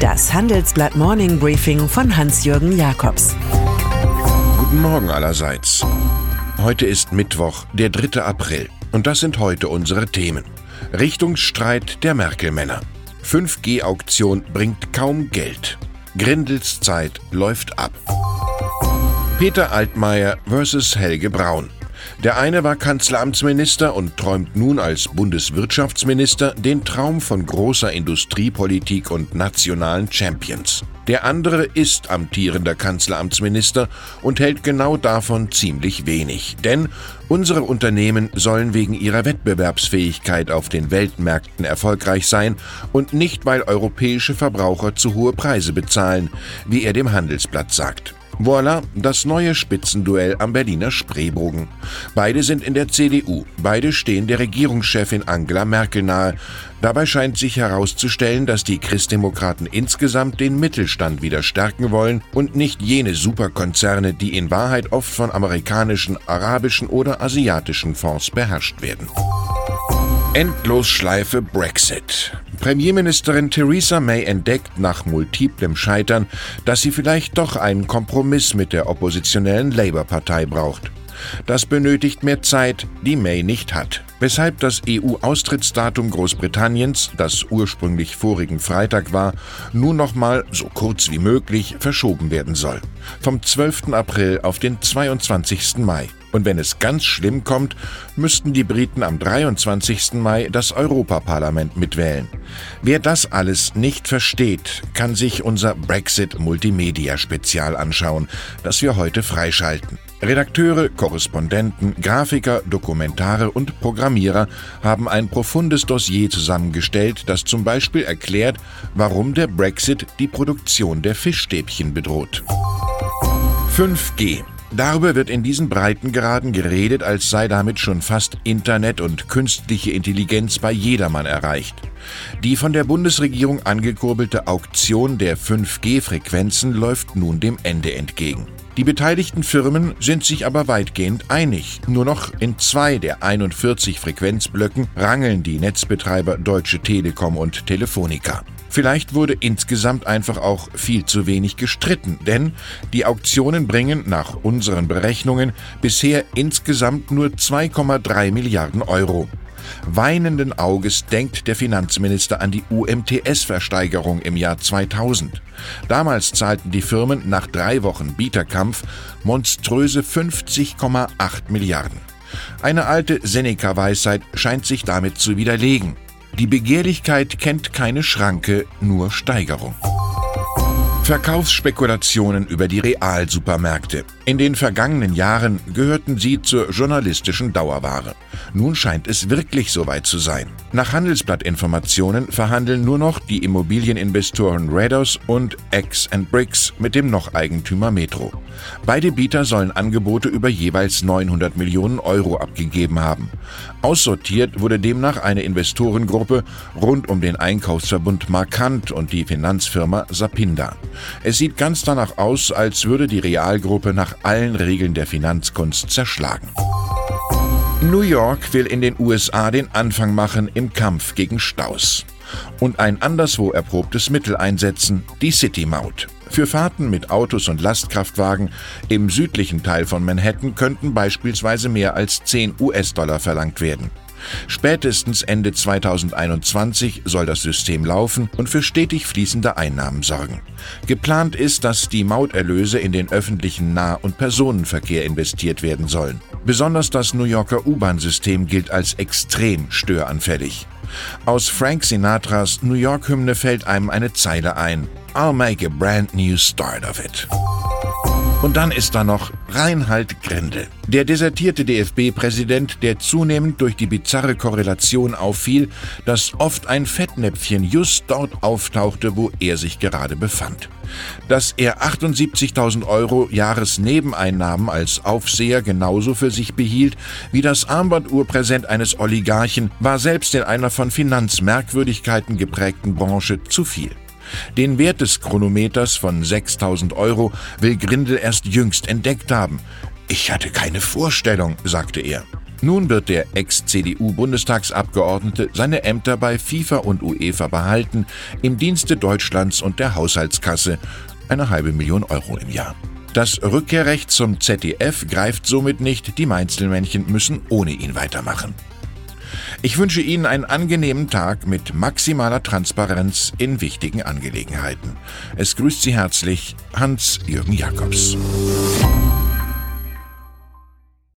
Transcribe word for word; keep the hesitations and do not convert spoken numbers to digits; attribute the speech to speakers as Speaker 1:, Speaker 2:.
Speaker 1: Das Handelsblatt Morning Briefing von Hans-Jürgen Jakobs.
Speaker 2: Guten Morgen allerseits. Heute ist Mittwoch, der dritte April. Und das sind heute unsere Themen. Richtungsstreit der Merkel-Männer. fünf G Auktion bringt kaum Geld. Grindels Zeit läuft ab. Peter Altmaier versus Helge Braun. Der eine war Kanzleramtsminister und träumt nun als Bundeswirtschaftsminister den Traum von großer Industriepolitik und nationalen Champions. Der andere ist amtierender Kanzleramtsminister und hält genau davon ziemlich wenig. Denn unsere Unternehmen sollen wegen ihrer Wettbewerbsfähigkeit auf den Weltmärkten erfolgreich sein und nicht, weil europäische Verbraucher zu hohe Preise bezahlen, wie er dem Handelsblatt sagt. Voilà, das neue Spitzenduell am Berliner Spreebogen. Beide sind in der C D U, beide stehen der Regierungschefin Angela Merkel nahe. Dabei scheint sich herauszustellen, dass die Christdemokraten insgesamt den Mittelstand wieder stärken wollen und nicht jene Superkonzerne, die in Wahrheit oft von amerikanischen, arabischen oder asiatischen Fonds beherrscht werden. Endlosschleife Brexit. Premierministerin Theresa May entdeckt nach multiplem Scheitern, dass sie vielleicht doch einen Kompromiss mit der oppositionellen Labour-Partei braucht. Das benötigt mehr Zeit, die May nicht hat, weshalb das E U-Austrittsdatum Großbritanniens, das ursprünglich vorigen Freitag war, nun nochmal so kurz wie möglich verschoben werden soll. Vom zwölften April auf den zweiundzwanzigsten Mai. Und wenn es ganz schlimm kommt, müssten die Briten am dreiundzwanzigsten Mai das Europaparlament mitwählen. Wer das alles nicht versteht, kann sich unser Brexit-Multimedia-Spezial anschauen, das wir heute freischalten. Redakteure, Korrespondenten, Grafiker, Dokumentare und Programmierer haben ein profundes Dossier zusammengestellt, das zum Beispiel erklärt, warum der Brexit die Produktion der Fischstäbchen bedroht. fünf G. Darüber wird in diesen Breitengraden geredet, als sei damit schon fast Internet und künstliche Intelligenz bei jedermann erreicht. Die von der Bundesregierung angekurbelte Auktion der fünf G Frequenzen läuft nun dem Ende entgegen. Die beteiligten Firmen sind sich aber weitgehend einig. Nur noch in zwei der einundvierzig Frequenzblöcken rangeln die Netzbetreiber Deutsche Telekom und Telefonica. Vielleicht wurde insgesamt einfach auch viel zu wenig gestritten, denn die Auktionen bringen nach unseren Berechnungen bisher insgesamt nur zwei Komma drei Milliarden Euro. Weinenden Auges denkt der Finanzminister an die U M T S-Versteigerung im Jahr zweitausend. Damals zahlten die Firmen nach drei Wochen Bieterkampf monströse fünfzig Komma acht Milliarden. Eine alte Seneca-Weisheit scheint sich damit zu widerlegen. Die Begehrlichkeit kennt keine Schranke, nur Steigerung. Verkaufsspekulationen über die Realsupermärkte. In den vergangenen Jahren gehörten sie zur journalistischen Dauerware. Nun scheint es wirklich soweit zu sein. Nach Handelsblatt-Informationen verhandeln nur noch die Immobilieninvestoren Redos und X and Bricks mit dem Noch-Eigentümer Metro. Beide Bieter sollen Angebote über jeweils neunhundert Millionen Euro abgegeben haben. Aussortiert wurde demnach eine Investorengruppe rund um den Einkaufsverbund Markant und die Finanzfirma Sapinda. Es sieht ganz danach aus, als würde die Realgruppe nach allen Regeln der Finanzkunst zerschlagen. New York will in den U S A den Anfang machen im Kampf gegen Staus. Und ein anderswo erprobtes Mittel einsetzen, die City-Maut. Für Fahrten mit Autos und Lastkraftwagen im südlichen Teil von Manhattan könnten beispielsweise mehr als zehn US-Dollar verlangt werden. Spätestens Ende zweitausendeinundzwanzig soll das System laufen und für stetig fließende Einnahmen sorgen. Geplant ist, dass die Mauterlöse in den öffentlichen Nah- und Personenverkehr investiert werden sollen. Besonders das New Yorker U-Bahn-System gilt als extrem störanfällig. Aus Frank Sinatras New York-Hymne fällt einem eine Zeile ein: I'll make a brand new start of it. Und dann ist da noch Reinhard Grindel, der desertierte D F B-Präsident, der zunehmend durch die bizarre Korrelation auffiel, dass oft ein Fettnäpfchen just dort auftauchte, wo er sich gerade befand. Dass er achtundsiebzigtausend Euro Jahresnebeneinnahmen als Aufseher genauso für sich behielt wie das Armbanduhrpräsent eines Oligarchen, war selbst in einer von Finanzmerkwürdigkeiten geprägten Branche zu viel. Den Wert des Chronometers von sechstausend Euro will Grindel erst jüngst entdeckt haben. Ich hatte keine Vorstellung, sagte er. Nun wird der Ex-C D U-Bundestagsabgeordnete seine Ämter bei FIFA und UEFA behalten, im Dienste Deutschlands und der Haushaltskasse, eine halbe Million Euro im Jahr. Das Rückkehrrecht zum Z D F greift somit nicht, die Mainzelmännchen müssen ohne ihn weitermachen. Ich wünsche Ihnen einen angenehmen Tag mit maximaler Transparenz in wichtigen Angelegenheiten. Es grüßt Sie herzlich Hans-Jürgen Jakobs.